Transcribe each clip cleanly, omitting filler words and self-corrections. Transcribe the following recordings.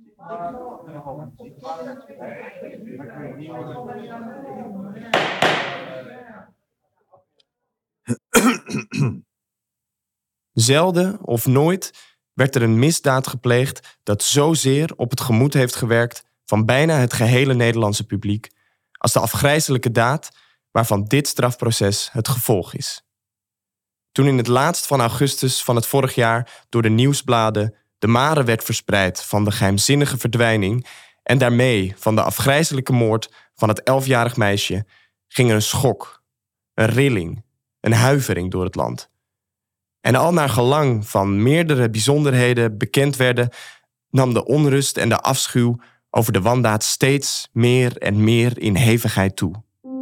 Zelden of nooit werd er een misdaad gepleegd dat zozeer op het gemoed heeft gewerkt van bijna het gehele Nederlandse publiek als de afgrijselijke daad waarvan dit strafproces het gevolg is. Toen in het laatst van augustus van het vorig jaar door de nieuwsbladen de mare werd verspreid van de geheimzinnige verdwijning en daarmee van de afgrijselijke moord van het 11-jarig meisje, ging er een schok, een rilling, een huivering door het land. En al naar gelang van meerdere bijzonderheden bekend werden, nam de onrust en de afschuw over de wandaad steeds meer en meer in hevigheid toe.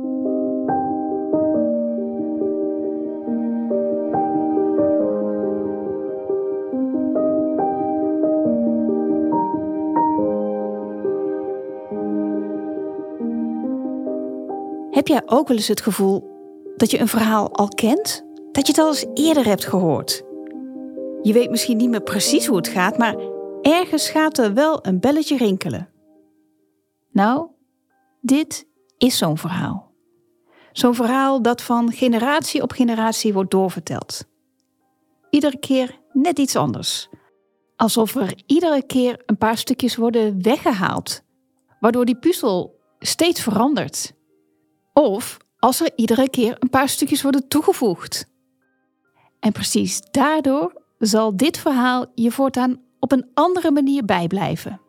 Heb jij ook wel eens het gevoel dat je een verhaal al kent? Dat je het al eens eerder hebt gehoord? Je weet misschien niet meer precies hoe het gaat, maar ergens gaat er wel een belletje rinkelen. Nou, dit is zo'n verhaal. Zo'n verhaal dat van generatie op generatie wordt doorverteld. Iedere keer net iets anders. Alsof er iedere keer een paar stukjes worden weggehaald, waardoor die puzzel steeds verandert. Of als er iedere keer een paar stukjes worden toegevoegd. En precies daardoor zal dit verhaal je voortaan op een andere manier bijblijven.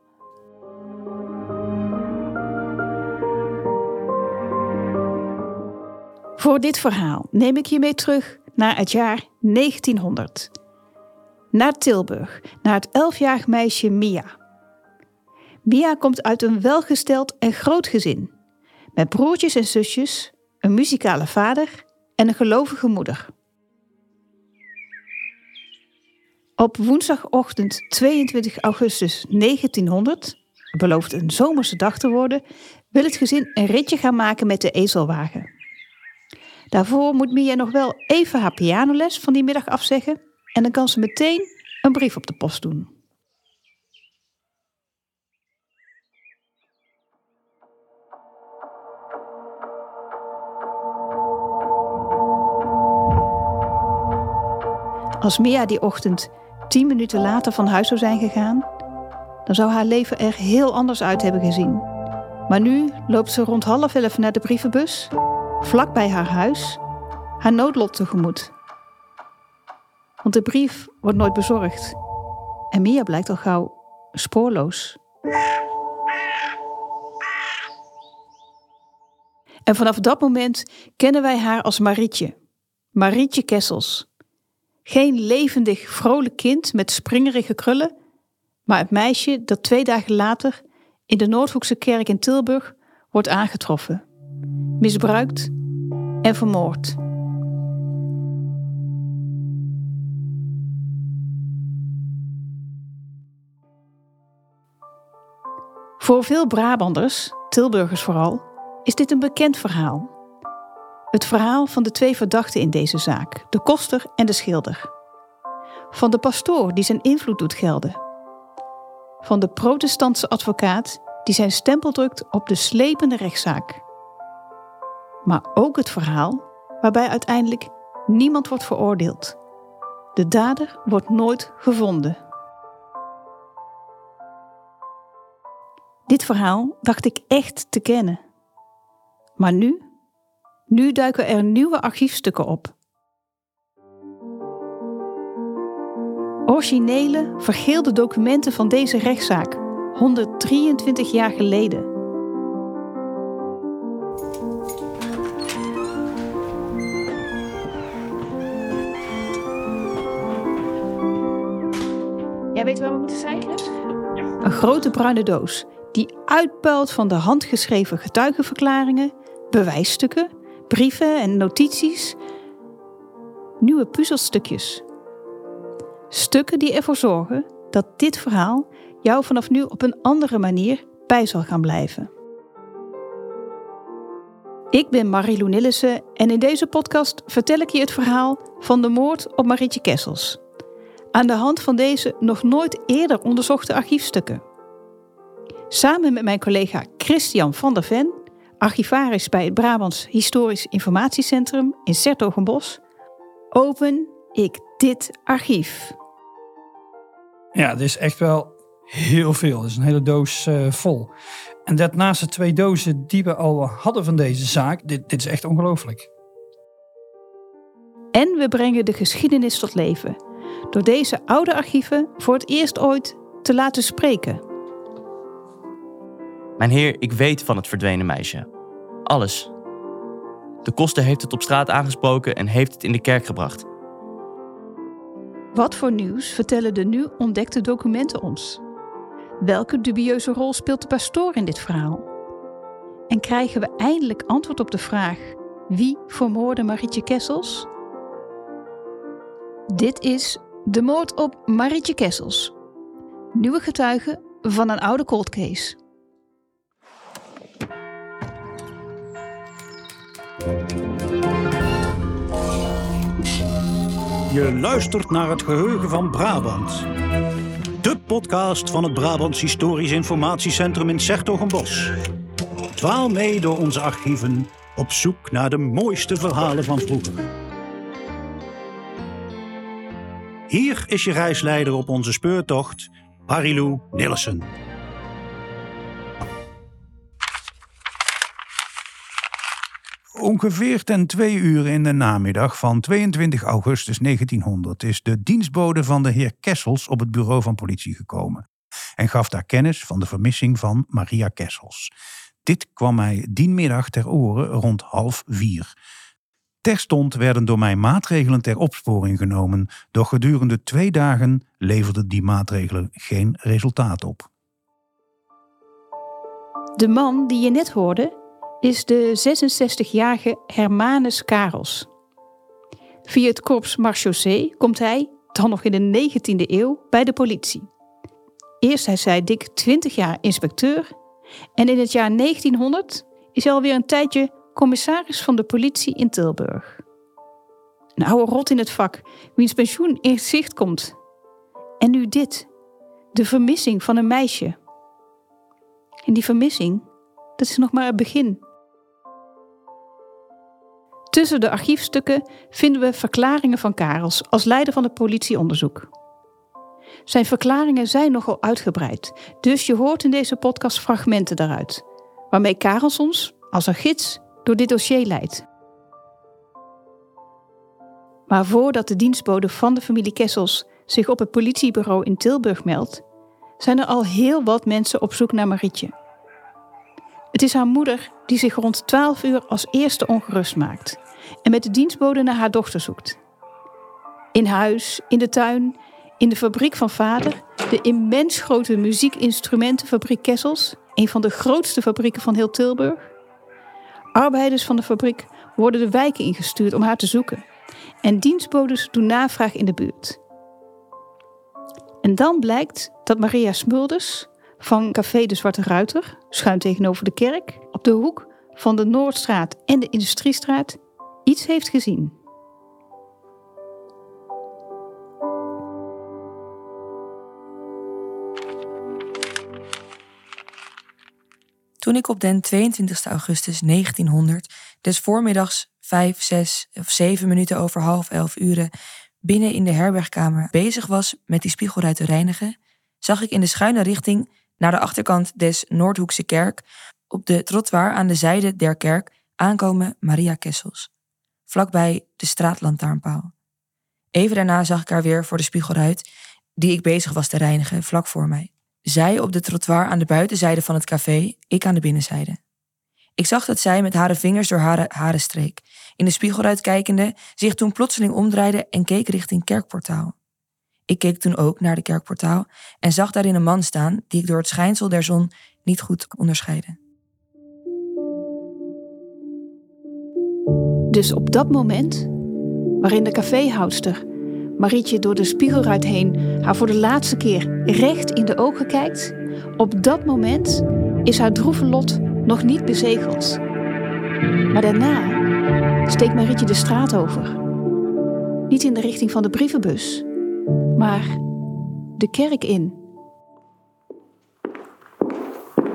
Voor dit verhaal neem ik je mee terug naar het jaar 1900. Naar Tilburg, naar het 11-jarig meisje Mia. Mia komt uit een welgesteld en groot gezin. Met broertjes en zusjes, een muzikale vader en een gelovige moeder. Op woensdagochtend 22 augustus 1900, belooft een zomerse dag te worden, wil het gezin een ritje gaan maken met de ezelwagen. Daarvoor moet Mia nog wel even haar pianoles van die middag afzeggen en dan kan ze meteen een brief op de post doen. Als Mia die ochtend 10 minuten later van huis zou zijn gegaan, dan zou haar leven er heel anders uit hebben gezien. Maar nu loopt ze rond 10:30 naar de brievenbus, vlak bij haar huis, haar noodlot tegemoet. Want de brief wordt nooit bezorgd. En Mia blijkt al gauw spoorloos. En vanaf dat moment kennen wij haar als Marietje. Marietje Kessels. Geen levendig, vrolijk kind met springerige krullen, maar het meisje dat 2 dagen later in de Noordhoekse kerk in Tilburg wordt aangetroffen, misbruikt en vermoord. Voor veel Brabanders, Tilburgers vooral, is dit een bekend verhaal. Het verhaal van de 2 verdachten in deze zaak, de koster en de schilder. Van de pastoor die zijn invloed doet gelden. Van de protestantse advocaat die zijn stempel drukt op de slepende rechtszaak. Maar ook het verhaal waarbij uiteindelijk niemand wordt veroordeeld. De dader wordt nooit gevonden. Dit verhaal dacht ik echt te kennen. Maar nu duiken er nieuwe archiefstukken op. Originele, vergeelde documenten van deze rechtszaak, 123 jaar geleden. Jij weet waar we moeten zijn, Chris? Ja. Een grote bruine doos die uitpuilt van de handgeschreven getuigenverklaringen, bewijsstukken, brieven en notities. Nieuwe puzzelstukjes. Stukken die ervoor zorgen dat dit verhaal jou vanaf nu op een andere manier bij zal gaan blijven. Ik ben Marilou Nillissen en in deze podcast vertel ik je het verhaal van de moord op Marietje Kessels. Aan de hand van deze nog nooit eerder onderzochte archiefstukken. Samen met mijn collega Christian van der Ven, archivaris bij het Brabants Historisch Informatiecentrum in 's-Hertogenbosch, open ik dit archief. Ja, dit is echt wel heel veel. Het is een hele doos vol. En dat naast de 2 dozen die we al hadden van deze zaak, dit is echt ongelooflijk. En we brengen de geschiedenis tot leven, door deze oude archieven voor het eerst ooit te laten spreken. Mijn heer, ik weet van het verdwenen meisje. Alles. De koster heeft het op straat aangesproken en heeft het in de kerk gebracht. Wat voor nieuws vertellen de nu ontdekte documenten ons? Welke dubieuze rol speelt de pastoor in dit verhaal? En krijgen we eindelijk antwoord op de vraag: wie vermoordde Marietje Kessels? Dit is De moord op Marietje Kessels. Nieuwe getuigen van een oude cold case. Je luistert naar Het Geheugen van Brabant. De podcast van het Brabants Historisch Informatiecentrum in 's-Hertogenbosch. Dwaal mee door onze archieven op zoek naar de mooiste verhalen van vroeger. Hier is je reisleider op onze speurtocht, Marilou Nilssen. Ongeveer ten 2 uur in de namiddag van 22 augustus 1900 is de dienstbode van de heer Kessels op het bureau van politie gekomen en gaf daar kennis van de vermissing van Maria Kessels. Dit kwam mij die middag ter oren rond 3:30. Terstond werden door mij maatregelen ter opsporing genomen, doch gedurende 2 dagen leverden die maatregelen geen resultaat op. De man die je net hoorde is de 66-jarige Hermanus Karels. Via het korps Marechaussee komt hij, dan nog in de 19e eeuw, bij de politie. Eerst is hij dik 20 jaar inspecteur en in het jaar 1900 is hij alweer een tijdje commissaris van de politie in Tilburg. Een oude rot in het vak, wiens pensioen in zicht komt. En nu dit, de vermissing van een meisje. En die vermissing, dat is nog maar het begin. Tussen de archiefstukken vinden we verklaringen van Karels als leider van het politieonderzoek. Zijn verklaringen zijn nogal uitgebreid, dus je hoort in deze podcast fragmenten daaruit, waarmee Karels ons, als een gids, door dit dossier leidt. Maar voordat de dienstbode van de familie Kessels zich op het politiebureau in Tilburg meldt, zijn er al heel wat mensen op zoek naar Marietje. Het is haar moeder die zich rond 12 uur als eerste ongerust maakt en met de dienstbode naar haar dochter zoekt. In huis, in de tuin, in de fabriek van vader, de immens grote muziekinstrumentenfabriek Kessels, een van de grootste fabrieken van heel Tilburg. Arbeiders van de fabriek worden de wijken ingestuurd om haar te zoeken en dienstbodes doen navraag in de buurt. En dan blijkt dat Maria Smulders van Café de Zwarte Ruiter, schuin tegenover de kerk, op de hoek van de Noordstraat en de Industriestraat, iets heeft gezien. Toen ik op den 22 augustus 1900, des voormiddags 5, 6 of 7 minuten over 10:30 binnen in de herbergkamer bezig was met die spiegelruit te reinigen, zag ik in de schuine richting naar de achterkant des Noordhoekse kerk op de trottoir aan de zijde der kerk aankomen Maria Kessels, vlakbij de straatlantaarnpaal. Even daarna zag ik haar weer voor de spiegelruit die ik bezig was te reinigen, vlak voor mij. Zij op de trottoir aan de buitenzijde van het café, ik aan de binnenzijde. Ik zag dat zij met haar vingers door haar haren streek, in de spiegelruit kijkende, zich toen plotseling omdraaide en keek richting kerkportaal. Ik keek toen ook naar de kerkportaal en zag daarin een man staan die ik door het schijnsel der zon niet goed kon onderscheiden. Dus op dat moment, waarin de caféhoudster Marietje door de spiegelruit heen haar voor de laatste keer recht in de ogen kijkt, op dat moment is haar droeve lot nog niet bezegeld. Maar daarna steekt Marietje de straat over. Niet in de richting van de brievenbus, maar de kerk in.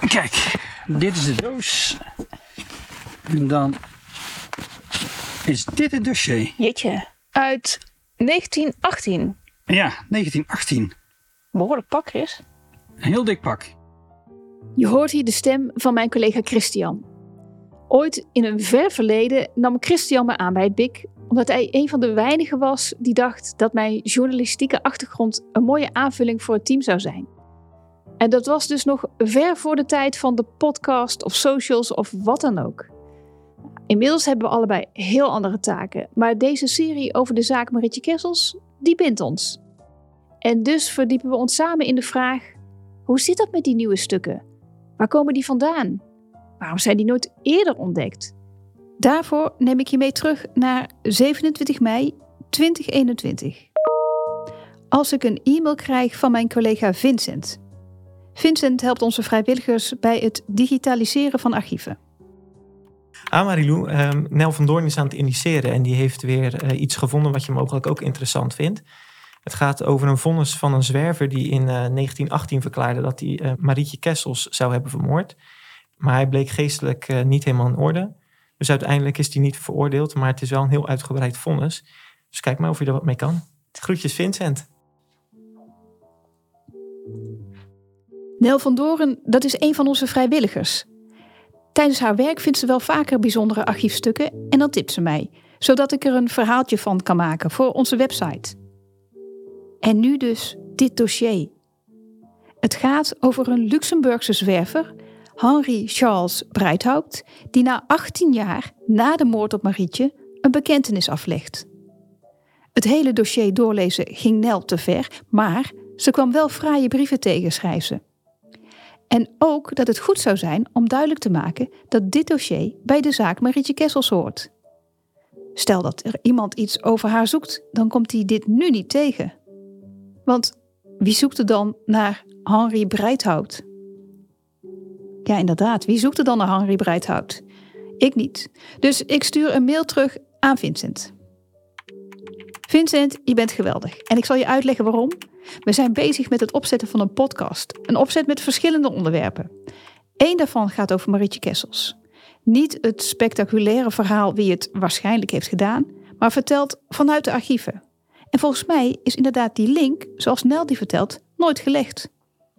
Kijk, dit is de doos. En dan is dit het dossier. Jeetje, uit 1918. Ja, 1918. Behoorlijk pak, Chris. Een heel dik pak. Je hoort hier de stem van mijn collega Christian. Ooit in een ver verleden nam Christian me aan bij het BIC, omdat hij een van de weinigen was die dacht dat mijn journalistieke achtergrond een mooie aanvulling voor het team zou zijn. En dat was dus nog ver voor de tijd van de podcast of socials of wat dan ook. Inmiddels hebben we allebei heel andere taken, maar deze serie over de zaak Marietje Kessels, die bindt ons. En dus verdiepen we ons samen in de vraag, hoe zit dat met die nieuwe stukken? Waar komen die vandaan? Waarom zijn die nooit eerder ontdekt? Daarvoor neem ik je mee terug naar 27 mei 2021. Als ik een e-mail krijg van mijn collega Vincent. Vincent helpt onze vrijwilligers bij het digitaliseren van archieven. Marilou, Nel van Doorn is aan het indiceren en die heeft weer iets gevonden wat je mogelijk ook interessant vindt. Het gaat over een vonnis van een zwerver die in 1918 verklaarde dat hij Marietje Kessels zou hebben vermoord. Maar hij bleek geestelijk niet helemaal in orde. Dus uiteindelijk is hij niet veroordeeld, maar het is wel een heel uitgebreid vonnis. Dus kijk maar of je er wat mee kan. Groetjes Vincent. Nel van Doorn, dat is een van onze vrijwilligers. Tijdens haar werk vindt ze wel vaker bijzondere archiefstukken en dan tipt ze mij, zodat ik er een verhaaltje van kan maken voor onze website. En nu dus dit dossier. Het gaat over een Luxemburgse zwerver, Henri Charles Breithaupt, die na 18 jaar na de moord op Marietje een bekentenis aflegt. Het hele dossier doorlezen ging Nel te ver, maar ze kwam wel fraaie brieven tegen, schrijft ze. En ook dat het goed zou zijn om duidelijk te maken dat dit dossier bij de zaak Marietje Kessels hoort. Stel dat er iemand iets over haar zoekt, dan komt hij dit nu niet tegen. Want wie zoekt er dan naar Henri Breithaupt? Ja, inderdaad, wie zoekt er dan naar Henri Breithaupt? Ik niet. Dus ik stuur een mail terug aan Vincent. Vincent, je bent geweldig. En ik zal je uitleggen waarom. We zijn bezig met het opzetten van een podcast. Een opzet met verschillende onderwerpen. Eén daarvan gaat over Marietje Kessels. Niet het spectaculaire verhaal wie het waarschijnlijk heeft gedaan, maar verteld vanuit de archieven. En volgens mij is inderdaad die link, zoals Nel die vertelt, nooit gelegd.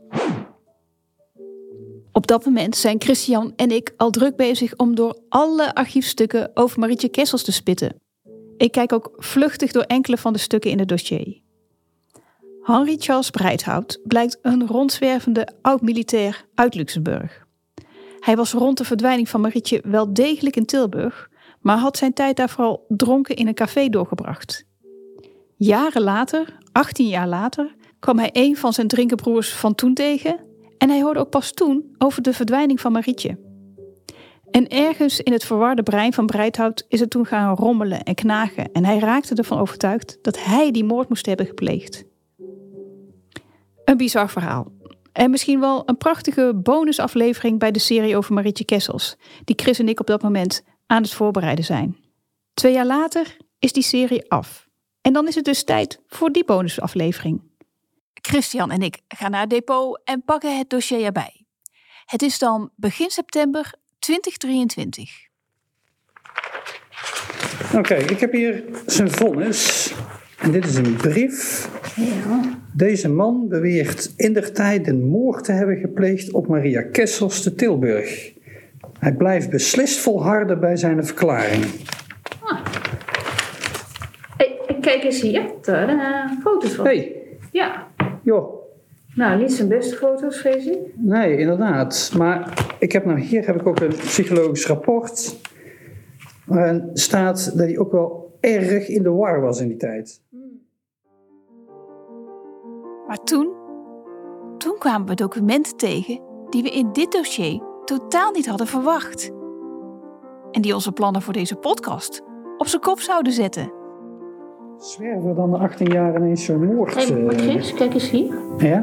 Op dat moment zijn Christian en ik al druk bezig om door alle archiefstukken over Marietje Kessels te spitten. Ik kijk ook vluchtig door enkele van de stukken in het dossier. Henri Charles Breithaupt blijkt een rondzwervende oud-militair uit Luxemburg. Hij was rond de verdwijning van Marietje wel degelijk in Tilburg, maar had zijn tijd daar vooral dronken in een café doorgebracht. Jaren later, 18 jaar later, kwam hij een van zijn drinkenbroers van toen tegen en hij hoorde ook pas toen over de verdwijning van Marietje. En ergens in het verwarde brein van Breithaupt is het toen gaan rommelen en knagen en hij raakte ervan overtuigd dat hij die moord moest hebben gepleegd. Een bizar verhaal. En misschien wel een prachtige bonusaflevering bij de serie over Marietje Kessels, die Chris en ik op dat moment aan het voorbereiden zijn. 2 jaar later is die serie af. En dan is het dus tijd voor die bonusaflevering. Christian en ik gaan naar het depot en pakken het dossier erbij. Het is dan begin september 2023. Oké, ik heb hier zijn vonnis. En dit is een brief. Ja. Deze man beweert indertijd een moord te hebben gepleegd op Maria Kessels te Tilburg. Hij blijft beslist volharden bij zijn verklaring. Hey, kijk eens hier. Tadaa, foto's van. Hey, Ja. joh. Nou, niet zijn beste foto's, vrees ik. Nee, inderdaad. Maar hier heb ik ook een psychologisch rapport. Waarin staat dat hij ook wel erg in de war was in die tijd. Maar toen kwamen we documenten tegen die we in dit dossier totaal niet hadden verwacht. En die onze plannen voor deze podcast op zijn kop zouden zetten. Zwerven dan de 18 jaar ineens zo'n moord? Hey, Chris, kijk eens hier. Ja?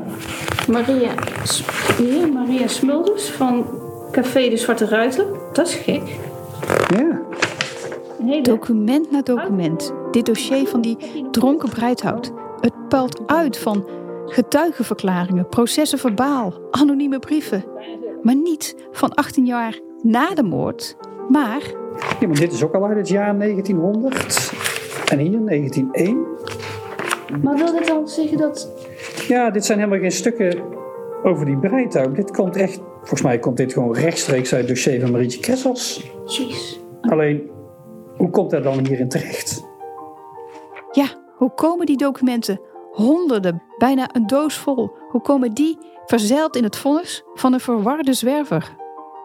Maria Smulders van Café de Zwarte Ruiter. Dat is gek. Ja. Document na document. Dit dossier van die dronken Breithaupt. Het puilt uit van getuigenverklaringen, processen verbaal, anonieme brieven. Maar niet van 18 jaar na de moord, maar... Ja, maar dit is ook al uit het jaar 1900. En hier 1901. Maar wil dit dan zeggen dat... Ja, dit zijn helemaal geen stukken over die breitouw. Dit komt echt... Volgens mij komt dit gewoon rechtstreeks uit het dossier van Marietje Kessels. Jeez. Alleen, hoe komt dat dan hierin terecht? Ja, hoe komen die documenten, honderden, bijna een doos vol, hoe komen die verzeild in het vonnis van een verwarde zwerver?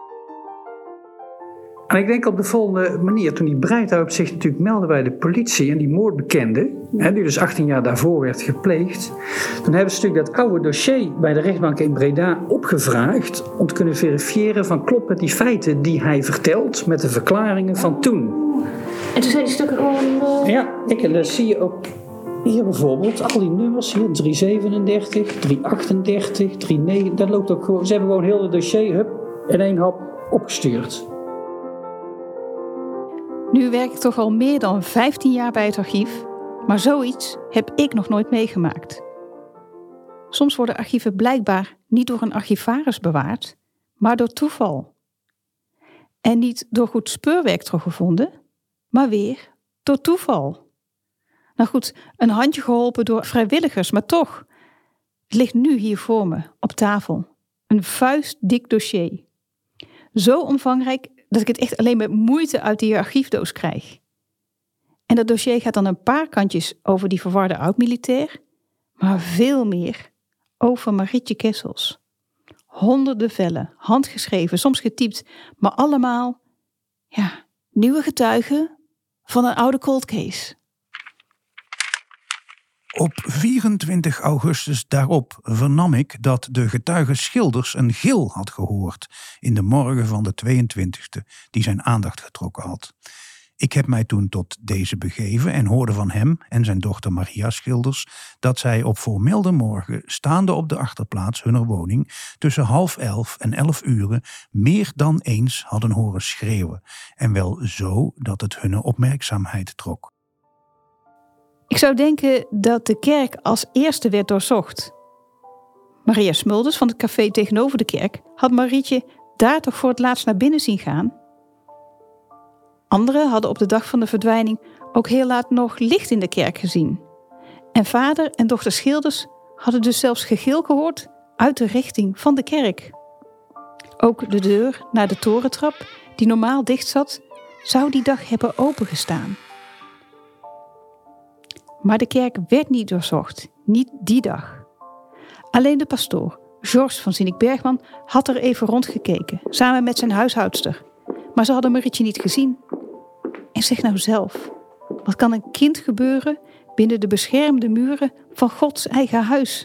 En ik denk op de volgende manier. Toen die Breithaupt zich natuurlijk meldde bij de politie en die moordbekende, die dus 18 jaar daarvoor werd gepleegd, dan hebben ze natuurlijk dat oude dossier bij de rechtbank in Breda opgevraagd om te kunnen verifiëren van kloppen die feiten die hij vertelt met de verklaringen van toen. En toen zijn die stukken gewoon... Ja, en dat zie je ook hier bijvoorbeeld, al die nummers hier, 337, 338, 39, dat loopt ook gewoon, ze hebben gewoon heel het dossier in één hap opgestuurd. Nu werk ik toch al meer dan 15 jaar bij het archief, maar zoiets heb ik nog nooit meegemaakt. Soms worden archieven blijkbaar niet door een archivaris bewaard, maar door toeval. En niet door goed speurwerk teruggevonden, maar weer door toeval. Nou goed, een handje geholpen door vrijwilligers, maar toch. Het ligt nu hier voor me, op tafel. Een vuistdik dossier. Zo omvangrijk dat ik het echt alleen met moeite uit die archiefdoos krijg. En dat dossier gaat dan een paar kantjes over die verwarde oud-militair, maar veel meer over Marietje Kessels. Honderden vellen, handgeschreven, soms getypt, maar allemaal, nieuwe getuigen van een oude cold case. Op 24 augustus daarop vernam ik dat de getuige Schilders een gil had gehoord in de morgen van de 22e die zijn aandacht getrokken had. Ik heb mij toen tot deze begeven en hoorde van hem en zijn dochter Maria Schilders dat zij op voormelde morgen, staande op de achterplaats hunner woning, tussen 10:30 en 11 meer dan eens hadden horen schreeuwen en wel zo dat het hunne opmerkzaamheid trok. Ik zou denken dat de kerk als eerste werd doorzocht. Maria Smulders van het café tegenover de kerk had Marietje daar toch voor het laatst naar binnen zien gaan. Anderen hadden op de dag van de verdwijning ook heel laat nog licht in de kerk gezien. En vader en dochter Schilders hadden dus zelfs gegil gehoord uit de richting van de kerk. Ook de deur naar de torentrap, die normaal dicht zat, zou die dag hebben opengestaan. Maar de kerk werd niet doorzocht, niet die dag. Alleen de pastoor, George van Zinnik-Bergman, had er even rondgekeken, samen met zijn huishoudster. Maar ze hadden Marietje niet gezien. En zeg nou zelf, wat kan een kind gebeuren binnen de beschermde muren van Gods eigen huis?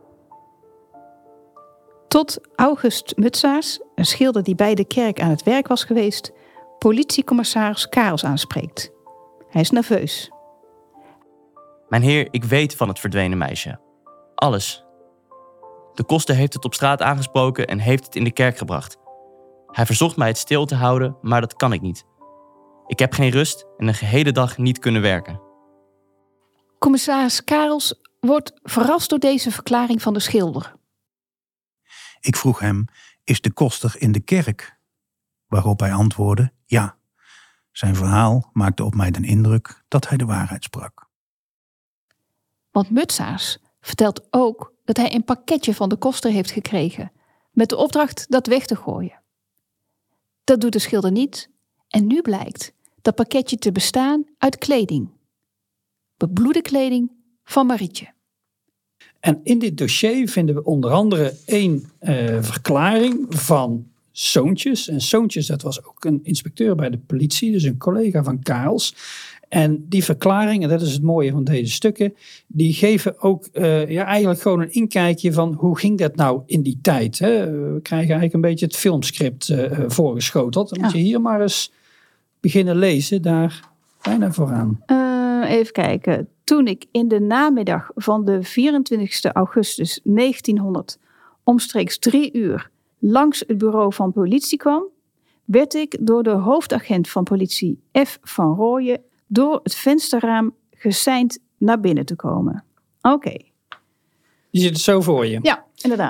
Tot August Mutsaars, een schilder die bij de kerk aan het werk was geweest, politiecommissaris Karels aanspreekt. Hij is nerveus. Mijn heer, ik weet van het verdwenen meisje. Alles. De koster heeft het op straat aangesproken en heeft het in de kerk gebracht. Hij verzocht mij het stil te houden, maar dat kan ik niet. Ik heb geen rust en een gehele dag niet kunnen werken. Commissaris Karels wordt verrast door deze verklaring van de schilder. Ik vroeg hem, is de koster in de kerk? Waarop hij antwoordde, ja. Zijn verhaal maakte op mij de indruk dat hij de waarheid sprak. Want Mutsaars vertelt ook dat hij een pakketje van de koster heeft gekregen, met de opdracht dat weg te gooien. Dat doet de schilder niet en nu blijkt dat pakketje te bestaan uit kleding. Bebloede kleding van Marietje. En in dit dossier vinden we onder andere één verklaring van Soontjes. En Soontjes, dat was ook een inspecteur bij de politie, dus een collega van Karels. En die verklaring, en dat is het mooie van deze stukken, die geven ook eigenlijk gewoon een inkijkje van hoe ging dat nou in die tijd. Hè? We krijgen eigenlijk een beetje het filmscript voorgeschoteld. Dan moet je hier maar eens beginnen lezen, daar bijna vooraan. Even kijken. Toen ik in de namiddag van de 24 augustus 1900 omstreeks 3 langs het bureau van politie kwam, werd ik door de hoofdagent van politie F. van Rooyen door het vensterraam geseind naar binnen te komen. Oké. Je zit het zo voor je. Ja, inderdaad.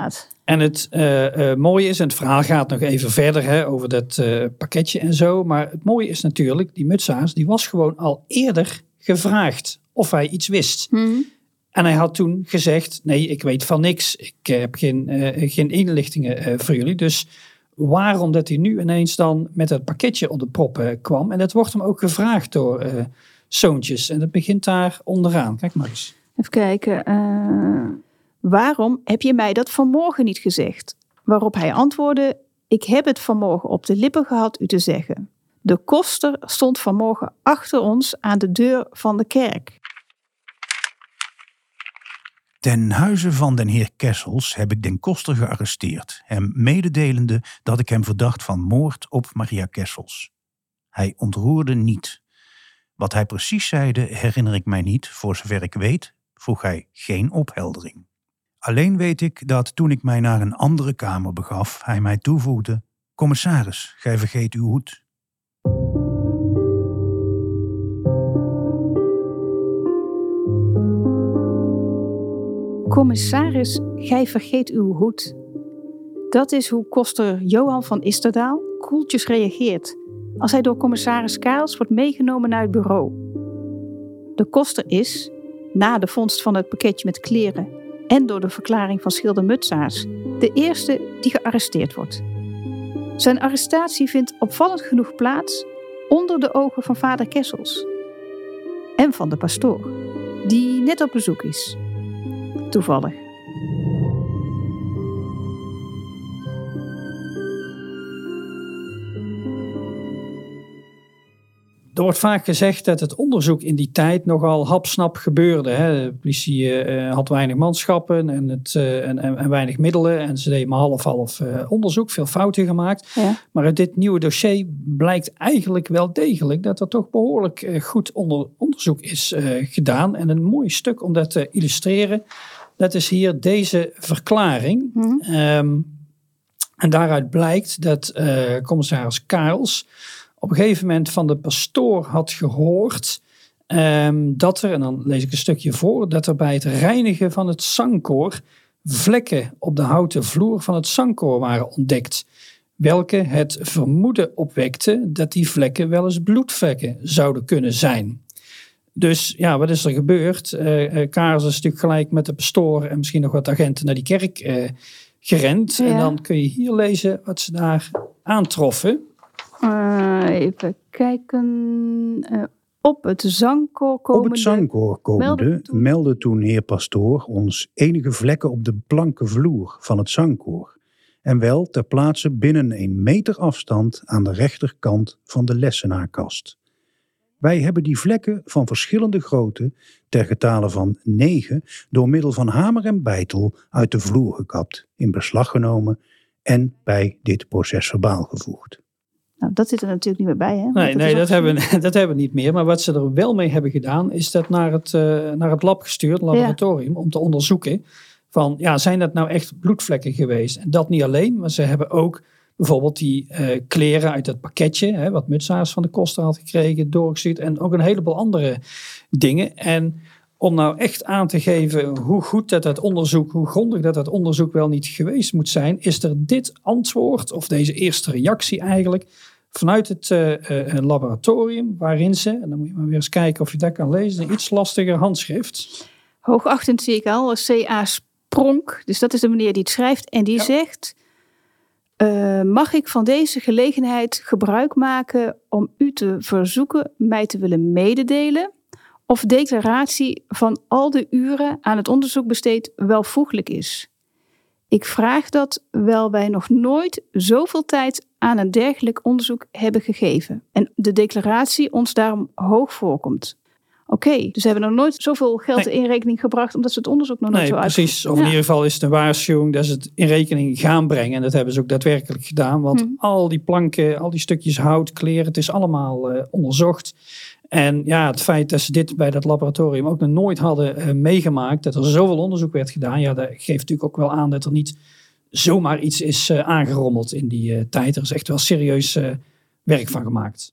En het mooie is, en het verhaal gaat nog even verder over dat pakketje en zo. Maar het mooie is natuurlijk, die mutsaars, die was gewoon al eerder gevraagd of hij iets wist. En hij had toen gezegd, nee, ik weet van niks. Ik heb geen inlichtingen voor jullie. Dus waarom dat hij nu ineens dan met dat pakketje op de prop kwam. En dat wordt hem ook gevraagd door Zoontjes. En dat begint daar onderaan. Kijk maar eens. Even kijken. Waarom heb je mij dat vanmorgen niet gezegd? Waarop hij antwoordde, ik heb het vanmorgen op de lippen gehad u te zeggen. De koster stond vanmorgen achter ons aan de deur van de kerk. Ten huize van den heer Kessels heb ik den koster gearresteerd, hem mededelende dat ik hem verdacht van moord op Maria Kessels. Hij ontroerde niet. Wat hij precies zeide herinner ik mij niet, voor zover ik weet, vroeg hij geen opheldering. Alleen weet ik dat toen ik mij naar een andere kamer begaf, hij mij toevoegde, commissaris, gij vergeet uw hoed. Commissaris, gij vergeet uw hoed. Dat is hoe koster Johan van Isterdaal koeltjes reageert als hij door commissaris Karels wordt meegenomen naar het bureau. De koster is, na de vondst van het pakketje met kleren en door de verklaring van schilder Mutsaars, de eerste die gearresteerd wordt. Zijn arrestatie vindt opvallend genoeg plaats onder de ogen van vader Kessels en van de pastoor, die net op bezoek is. Toevallig. Er wordt vaak gezegd dat het onderzoek in die tijd nogal hapsnap gebeurde. De politie had weinig manschappen en weinig middelen. En ze deden maar half onderzoek, veel fouten gemaakt. Ja. Maar uit dit nieuwe dossier blijkt eigenlijk wel degelijk dat er toch behoorlijk goed onderzoek is gedaan. En een mooi stuk om dat te illustreren, dat is hier deze verklaring. En daaruit blijkt dat commissaris Karels op een gegeven moment van de pastoor had gehoord dat er, en dan lees ik een stukje voor, dat er bij het reinigen van het zangkoor vlekken op de houten vloer van het zangkoor waren ontdekt, welke het vermoeden opwekte dat die vlekken wel eens bloedvlekken zouden kunnen zijn. Dus ja, wat is er gebeurd? Karels is natuurlijk gelijk met de pastoor en misschien nog wat agenten naar die kerk gerend. Ja. En dan kun je hier lezen wat ze daar aantroffen. Even kijken. Op het zangkoor komende. Op het zangkoor komende meldde toen heer pastoor ons enige vlekken op de blanke vloer van het zangkoor. En wel ter plaatse binnen 1 meter afstand aan de rechterkant van de lessenaarkast. Wij hebben die vlekken van verschillende grootte, ter getale van 9, door middel van hamer en beitel uit de vloer gekapt, in beslag genomen en bij dit procesverbaal gevoegd. Nou, dat zit er natuurlijk niet meer bij, hè? Nee, dat hebben we niet meer. Maar wat ze er wel mee hebben gedaan, is dat naar het lab gestuurd, laboratorium, om te onderzoeken van, ja, zijn dat nou echt bloedvlekken geweest? En dat niet alleen, maar ze hebben ook bijvoorbeeld die kleren uit dat pakketje, wat Mutsaars van de koster had gekregen, doorgestuurd en ook een heleboel andere dingen. En om nou echt aan te geven hoe goed dat onderzoek, hoe grondig dat onderzoek wel niet geweest moet zijn, is er dit antwoord, of deze eerste reactie eigenlijk, vanuit het laboratorium, waarin ze, en dan moet je maar weer eens kijken of je dat kan lezen, een iets lastiger handschrift. Hoogachtend zie ik al, C.A. Spronk, dus dat is de meneer die het schrijft, en die zegt, mag ik van deze gelegenheid gebruik maken om u te verzoeken mij te willen mededelen of declaratie van al de uren aan het onderzoek besteed welvoeglijk is. Ik vraag dat, wel wij nog nooit zoveel tijd aan een dergelijk onderzoek hebben gegeven en de declaratie ons daarom hoog voorkomt. Oké, dus ze hebben nog nooit zoveel geld in rekening gebracht omdat ze het onderzoek nog nooit zo uitgevoerd. Precies. Of in ieder geval is het een waarschuwing dat ze het in rekening gaan brengen. En dat hebben ze ook daadwerkelijk gedaan. Want al die planken, al die stukjes hout, kleren, het is allemaal onderzocht. En ja, het feit dat ze dit bij dat laboratorium ook nog nooit hadden meegemaakt, dat er zoveel onderzoek werd gedaan, ja, dat geeft natuurlijk ook wel aan dat er niet zomaar iets is aangerommeld in die tijd. Er is echt wel serieus werk van gemaakt.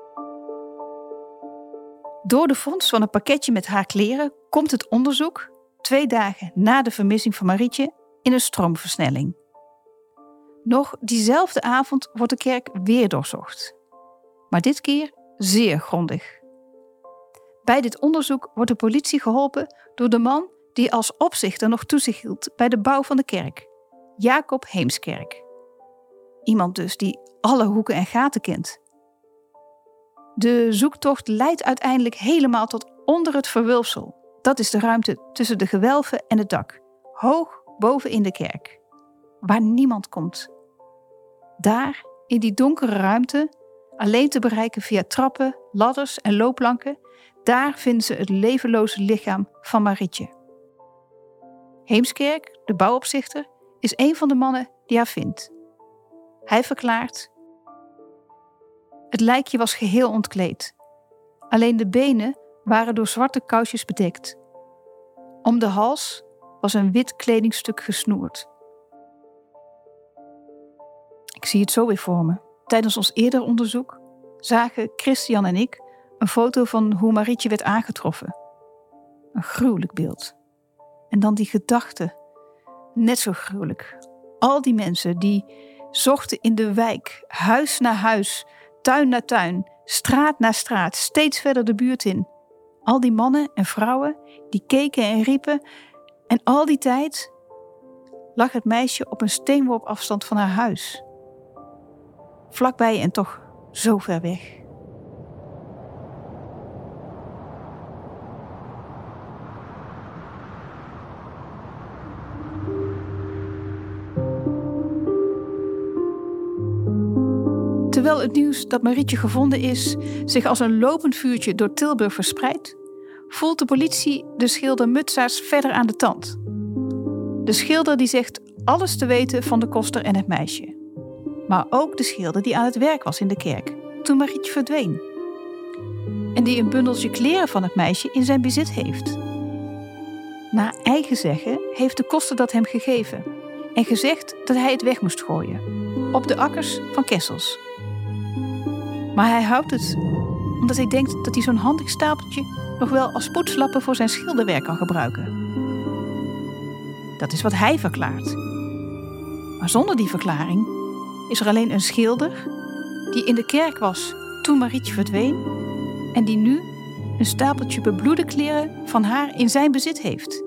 Door de vondst van een pakketje met haar kleren komt het onderzoek, 2 dagen na de vermissing van Marietje in een stroomversnelling. Nog diezelfde avond wordt de kerk weer doorzocht. Maar dit keer zeer grondig. Bij dit onderzoek wordt de politie geholpen door de man die als opzichter nog toezicht hield bij de bouw van de kerk, Jacob Heemskerk. Iemand dus die alle hoeken en gaten kent. De zoektocht leidt uiteindelijk helemaal tot onder het verwulfsel. Dat is de ruimte tussen de gewelven en het dak, hoog boven in de kerk, waar niemand komt. Daar, in die donkere ruimte, alleen te bereiken via trappen, ladders en loopplanken, daar vinden ze het levenloze lichaam van Marietje. Heemskerk, de bouwopzichter, is een van de mannen die haar vindt. Hij verklaart: het lijkje was geheel ontkleed. Alleen de benen waren door zwarte kousjes bedekt. Om de hals was een wit kledingstuk gesnoerd. Ik zie het zo weer voor me. Tijdens ons eerder onderzoek zagen Christian en ik een foto van hoe Marietje werd aangetroffen. Een gruwelijk beeld. En dan die gedachte. Net zo gruwelijk. Al die mensen die zochten in de wijk, huis na huis, tuin na tuin, straat na straat, steeds verder de buurt in. Al die mannen en vrouwen die keken en riepen. En al die tijd lag het meisje op een steenworp afstand van haar huis. Vlakbij en toch zo ver weg. Terwijl het nieuws dat Marietje gevonden is zich als een lopend vuurtje door Tilburg verspreidt, voelt de politie de schilder Mutsaerts verder aan de tand. De schilder die zegt alles te weten van de koster en het meisje. Maar ook de schilder die aan het werk was in de kerk toen Marietje verdween. En die een bundeltje kleren van het meisje in zijn bezit heeft. Naar eigen zeggen heeft de koster dat hem gegeven en gezegd dat hij het weg moest gooien, op de akkers van Kessels. Maar hij houdt het, omdat hij denkt dat hij zo'n handig stapeltje nog wel als poetslappen voor zijn schilderwerk kan gebruiken. Dat is wat hij verklaart. Maar zonder die verklaring is er alleen een schilder die in de kerk was toen Marietje verdween en die nu een stapeltje bebloede kleren van haar in zijn bezit heeft.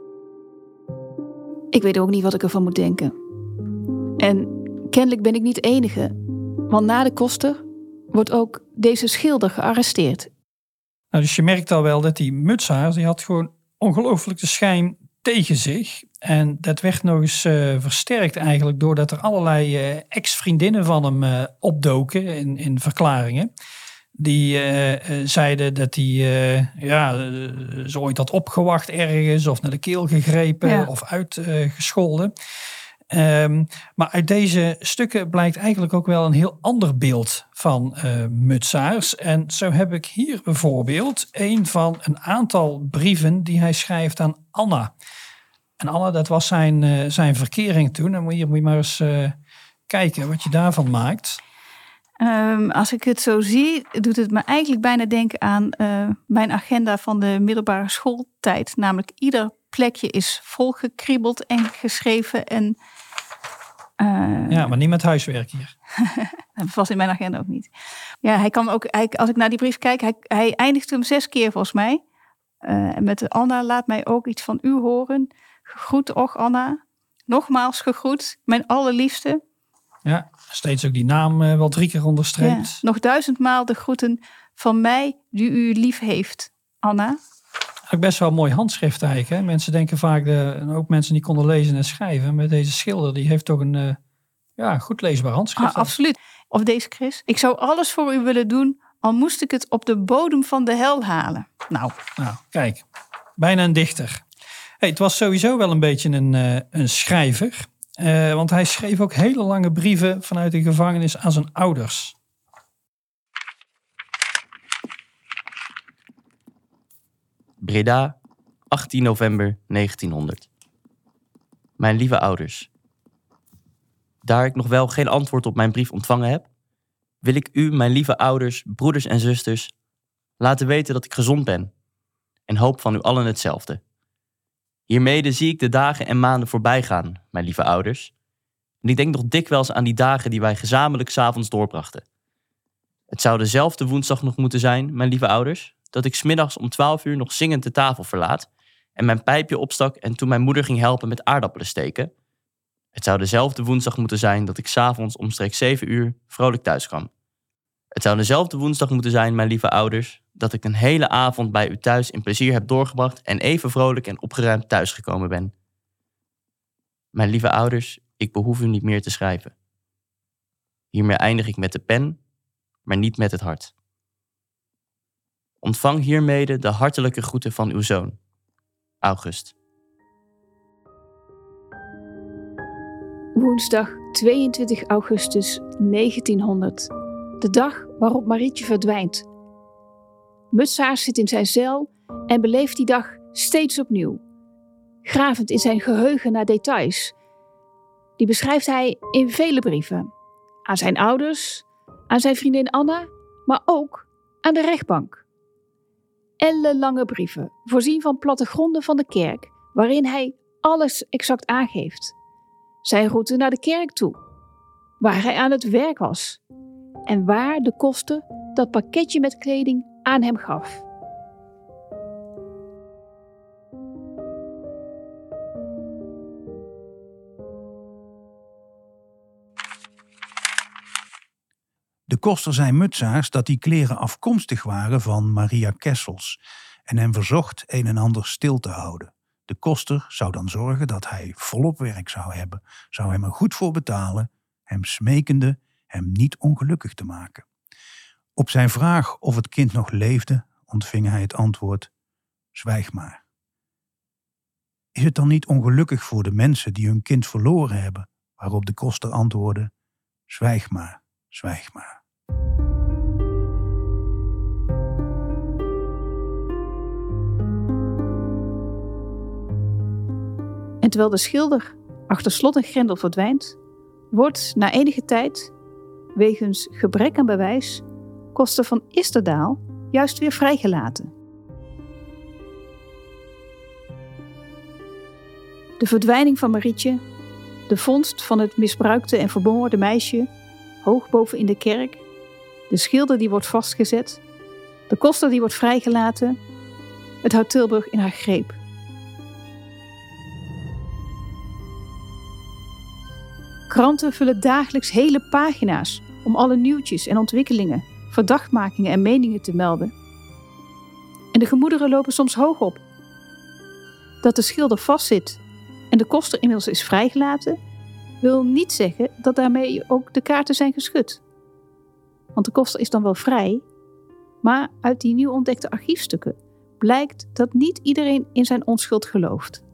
Ik weet ook niet wat ik ervan moet denken. En kennelijk ben ik niet de enige, want na de koster wordt ook deze schilder gearresteerd. Nou, dus je merkt al wel dat die Mutsaerts, die had gewoon ongelooflijk de schijn tegen zich. En dat werd nog eens versterkt eigenlijk doordat er allerlei ex-vriendinnen van hem opdoken in verklaringen. Die zeiden dat hij ze ooit had opgewacht ergens of naar de keel gegrepen of uitgescholden. Maar uit deze stukken blijkt eigenlijk ook wel een heel ander beeld van Mutsaerts. En zo heb ik hier bijvoorbeeld een van een aantal brieven die hij schrijft aan Anna. En Anna, dat was zijn verkering toen. En hier moet je maar eens kijken wat je daarvan maakt. Als ik het zo zie, doet het me eigenlijk bijna denken aan mijn agenda van de middelbare schooltijd. Namelijk ieder plekje is volgekriebeld en geschreven. En, ja, maar niet met huiswerk hier. Dat was in mijn agenda ook niet. Ja, hij kan ook, als ik naar die brief kijk, hij eindigt hem 6 keer volgens mij. Met Anna, laat mij ook iets van u horen. Gegroet, och Anna. Nogmaals gegroet, mijn allerliefste. Ja, steeds ook die naam wel 3 keer onderstreept. Ja, nog 1000-maal de groeten van mij die u lief heeft, Anna. Ook best wel een mooi handschrift eigenlijk. Hè? Mensen denken vaak, ook mensen die konden lezen en schrijven. Maar deze schilder die heeft toch een goed leesbaar handschrift. Absoluut. Of deze Chris. Ik zou alles voor u willen doen, al moest ik het op de bodem van de hel halen. Nou, kijk. Bijna een dichter. Hey, het was sowieso wel een beetje een schrijver. Want hij schreef ook hele lange brieven vanuit de gevangenis aan zijn ouders. Breda, 18 november 1900. Mijn lieve ouders. Daar ik nog wel geen antwoord op mijn brief ontvangen heb, wil ik u, mijn lieve ouders, broeders en zusters, laten weten dat ik gezond ben en hoop van u allen hetzelfde. Hiermede zie ik de dagen en maanden voorbij gaan, mijn lieve ouders. En ik denk nog dikwijls aan die dagen die wij gezamenlijk 's avonds doorbrachten. Het zou dezelfde woensdag nog moeten zijn, mijn lieve ouders, dat ik 's middags om 12 uur nog zingend de tafel verlaat en mijn pijpje opstak en toen mijn moeder ging helpen met aardappelen steken. Het zou dezelfde woensdag moeten zijn dat ik 's avonds omstreeks 7 uur vrolijk thuis kwam. Het zou dezelfde woensdag moeten zijn, mijn lieve ouders, dat ik een hele avond bij u thuis in plezier heb doorgebracht en even vrolijk en opgeruimd thuisgekomen ben. Mijn lieve ouders, ik behoef u niet meer te schrijven. Hiermee eindig ik met de pen, maar niet met het hart. Ontvang hiermede de hartelijke groeten van uw zoon, August. Woensdag 22 augustus 1900. De dag waarop Marietje verdwijnt. Mutsaars zit in zijn cel en beleeft die dag steeds opnieuw. Gravend in zijn geheugen naar details. Die beschrijft hij in vele brieven. Aan zijn ouders, aan zijn vriendin Anna, maar ook aan de rechtbank. Ellenlange brieven, voorzien van plattegronden van de kerk, waarin hij alles exact aangeeft. Zijn route naar de kerk toe, waar hij aan het werk was en waar de koster dat pakketje met kleding aan hem gaf. De koster zei Mutsaars dat die kleren afkomstig waren van Maria Kessels en hem verzocht een en ander stil te houden. De koster zou dan zorgen dat hij volop werk zou hebben, zou hem er goed voor betalen, hem smekende hem niet ongelukkig te maken. Op zijn vraag of het kind nog leefde, ontving hij het antwoord: zwijg maar. Is het dan niet ongelukkig voor de mensen die hun kind verloren hebben? Waarop de koster antwoordde: zwijg maar, zwijg maar. En terwijl de schilder achter slot en grendel verdwijnt, wordt na enige tijd, wegens gebrek aan bewijs, koster van Isterdaal juist weer vrijgelaten. De verdwijning van Marietje, de vondst van het misbruikte en vermoorde meisje, hoog boven in de kerk, de schilder die wordt vastgezet, de koster die wordt vrijgelaten, het houdt Tilburg in haar greep. Kranten vullen dagelijks hele pagina's om alle nieuwtjes en ontwikkelingen, verdachtmakingen en meningen te melden. En de gemoederen lopen soms hoog op. Dat de schilder vastzit en de koster inmiddels is vrijgelaten, wil niet zeggen dat daarmee ook de kaarten zijn geschud. Want de koster is dan wel vrij, maar uit die nieuw ontdekte archiefstukken blijkt dat niet iedereen in zijn onschuld gelooft.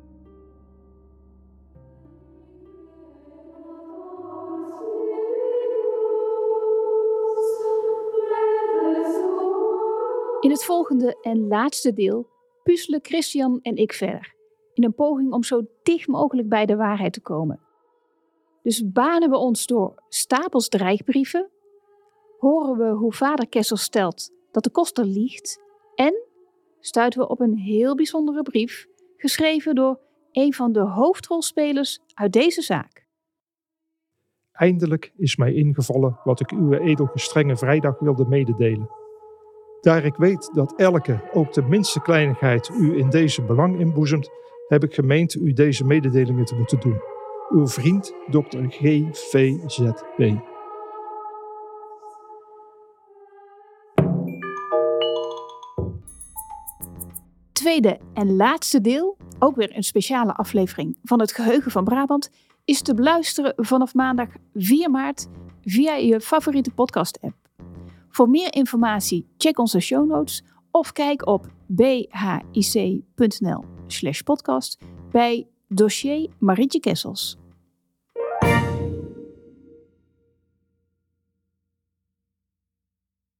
In het volgende en laatste deel puzzelen Christian en ik verder, in een poging om zo dicht mogelijk bij de waarheid te komen. Dus banen we ons door stapels dreigbrieven, horen we hoe vader Kessels stelt dat de koster liegt en stuiten we op een heel bijzondere brief, geschreven door een van de hoofdrolspelers uit deze zaak. Eindelijk is mij ingevallen wat ik uw edelgestrenge vrijdag wilde mededelen. Daar ik weet dat elke, ook de minste kleinigheid, u in deze belang inboezemt, heb ik gemeend u deze mededelingen te moeten doen. Uw vriend, Dr. G.V.Z.W. Tweede en laatste deel, ook weer een speciale aflevering van het Geheugen van Brabant, is te beluisteren vanaf maandag 4 maart via je favoriete podcast-app. Voor meer informatie check onze show notes of kijk op bhic.nl/podcast bij dossier Marietje Kessels.